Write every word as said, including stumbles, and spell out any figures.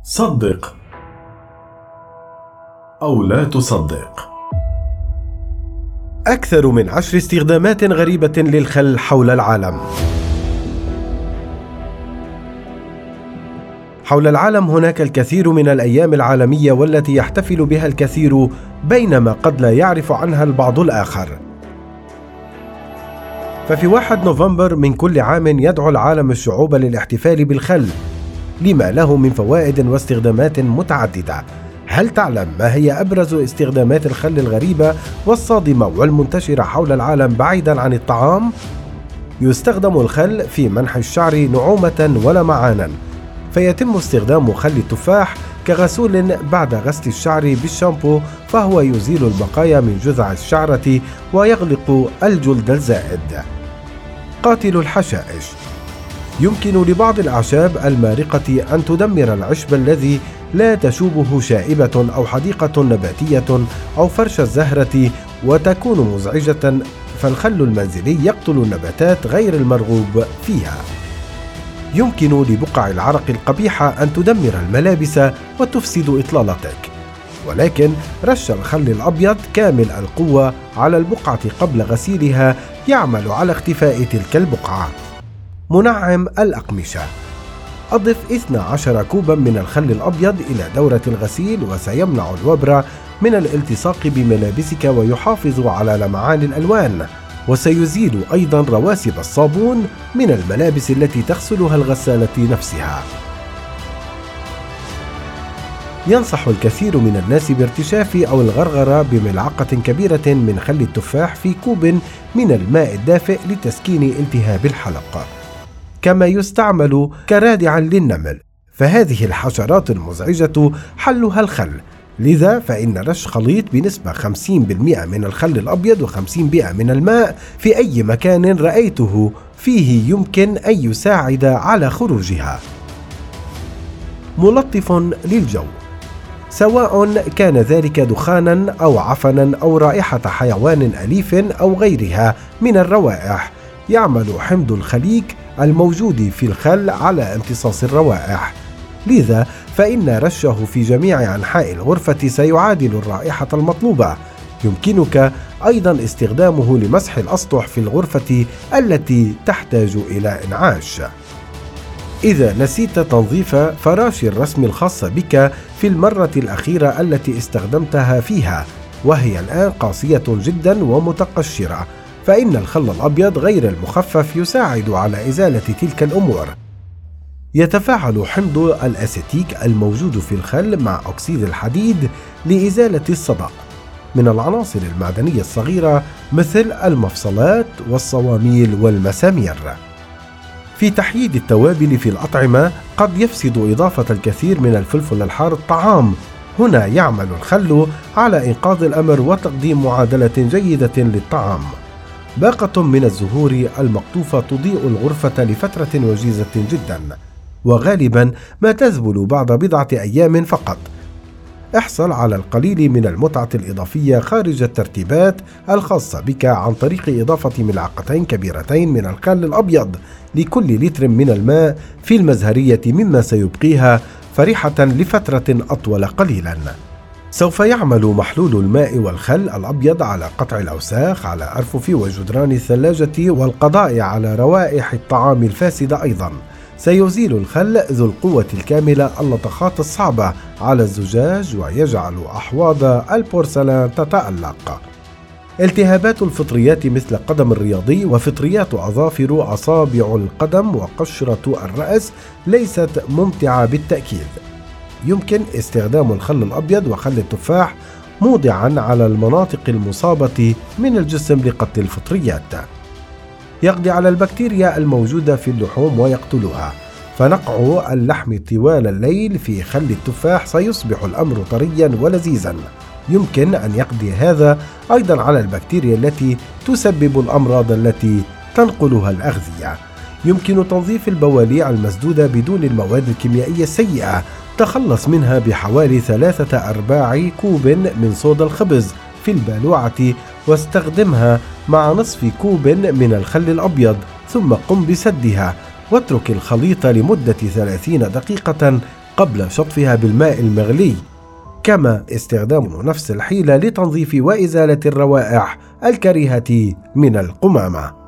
صدق أو لا تصدق. أكثر من عشر استخدامات غريبة للخل حول العالم. حول العالم هناك الكثير من الأيام العالمية والتي يحتفل بها الكثير، بينما قد لا يعرف عنها البعض الآخر. ففي واحد نوفمبر من كل عام يدعو العالم الشعوب للاحتفال بالخل لما له من فوائد واستخدامات متعددة. هل تعلم ما هي أبرز استخدامات الخل الغريبة والصادمة والمنتشرة حول العالم بعيداً عن الطعام؟ يستخدم الخل في منح الشعر نعومة ولمعانا، فيتم استخدام خل التفاح كغسول بعد غسل الشعر بالشامبو، فهو يزيل البقايا من جذع الشعرة ويغلق الجلد الزائد. قاتل الحشائش. يمكن لبعض الأعشاب المارقة أن تدمر العشب الذي لا تشوبه شائبة أو حديقة نباتية أو فرش الزهرة وتكون مزعجة، فالخل المنزلي يقتل النباتات غير المرغوب فيها. يمكن لبقع العرق القبيحة أن تدمر الملابس وتفسد إطلالتك، ولكن رش الخل الأبيض كامل القوة على البقعة قبل غسيلها يعمل على اختفاء تلك البقعة. منعم الأقمشة. أضف اثني عشر كوبا من الخل الأبيض إلى دورة الغسيل وسيمنع الوبر من الالتصاق بملابسك ويحافظ على لمعان الألوان، وسيزيل أيضا رواسب الصابون من الملابس التي تغسلها الغسالة نفسها. ينصح الكثير من الناس بارتشاف أو الغرغرة بملعقة كبيرة من خل التفاح في كوب من الماء الدافئ لتسكين التهاب الحلق، كما يستعمل كرادعا للنمل، فهذه الحشرات المزعجة حلها الخل. لذا فإن رش خليط بنسبة خمسين بالمئة من الخل الأبيض وخمسين بالمئة من الماء في أي مكان رأيته فيه يمكن أن يساعد على خروجها. ملطف للجو. سواء كان ذلك دخانا أو عفنا أو رائحة حيوان أليف أو غيرها من الروائح، يعمل حمض الخليك الموجود في الخل على امتصاص الروائح، لذا فإن رشه في جميع أنحاء الغرفة سيعادل الرائحة المطلوبة. يمكنك أيضا استخدامه لمسح الأسطح في الغرفة التي تحتاج إلى إنعاش. إذا نسيت تنظيف فراش الرسم الخاص بك في المرة الأخيرة التي استخدمتها فيها وهي الآن قاسية جدا ومتقشرة، فإن الخل الأبيض غير المخفف يساعد على إزالة تلك الأمور. يتفاعل حمض الأسيتيك الموجود في الخل مع أكسيد الحديد لإزالة الصدأ من العناصر المعدنية الصغيرة مثل المفصلات والصواميل والمسامير. في تحييد التوابل في الأطعمة قد يفسد إضافة الكثير من الفلفل الحار الطعام، هنا يعمل الخل على إنقاذ الأمر وتقديم معادلة جيدة للطعام. باقة من الزهور المقطوفة تضيء الغرفة لفترة وجيزة جدا، وغالبا ما تذبل بعد بضعة أيام فقط. احصل على القليل من المتعة الإضافية خارج الترتيبات الخاصة بك عن طريق إضافة ملعقتين كبيرتين من الخل الأبيض لكل لتر من الماء في المزهرية، مما سيبقيها فرحة لفترة أطول قليلا. سوف يعمل محلول الماء والخل الأبيض على قطع الأوساخ على أرفف وجدران الثلاجة والقضاء على روائح الطعام الفاسدة. أيضا سيزيل الخل ذو القوة الكاملة اللطخات الصعبة على الزجاج ويجعل أحواض البورسلان تتألق. التهابات الفطريات مثل قدم الرياضي وفطريات أظافر أصابع القدم وقشرة الرأس ليست ممتعة بالتأكيد. يمكن استخدام الخل الأبيض وخل التفاح موضعا على المناطق المصابة من الجسم لقتل الفطريات. يقضي على البكتيريا الموجودة في اللحوم ويقتلها، فنقع اللحم طوال الليل في خل التفاح سيصبح الأمر طريا ولذيذا. يمكن أن يقضي هذا أيضا على البكتيريا التي تسبب الأمراض التي تنقلها الأغذية. يمكن تنظيف البواليع المسدودة بدون المواد الكيميائية السيئة، تخلص منها بحوالي ثلاثة أرباع كوب من صودا الخبز في البالوعة واستخدمها مع نصف كوب من الخل الأبيض، ثم قم بسدها واترك الخليط لمدة ثلاثين دقيقة قبل شطفها بالماء المغلي، كما استخدام نفس الحيلة لتنظيف وإزالة الروائح الكريهة من القمامة.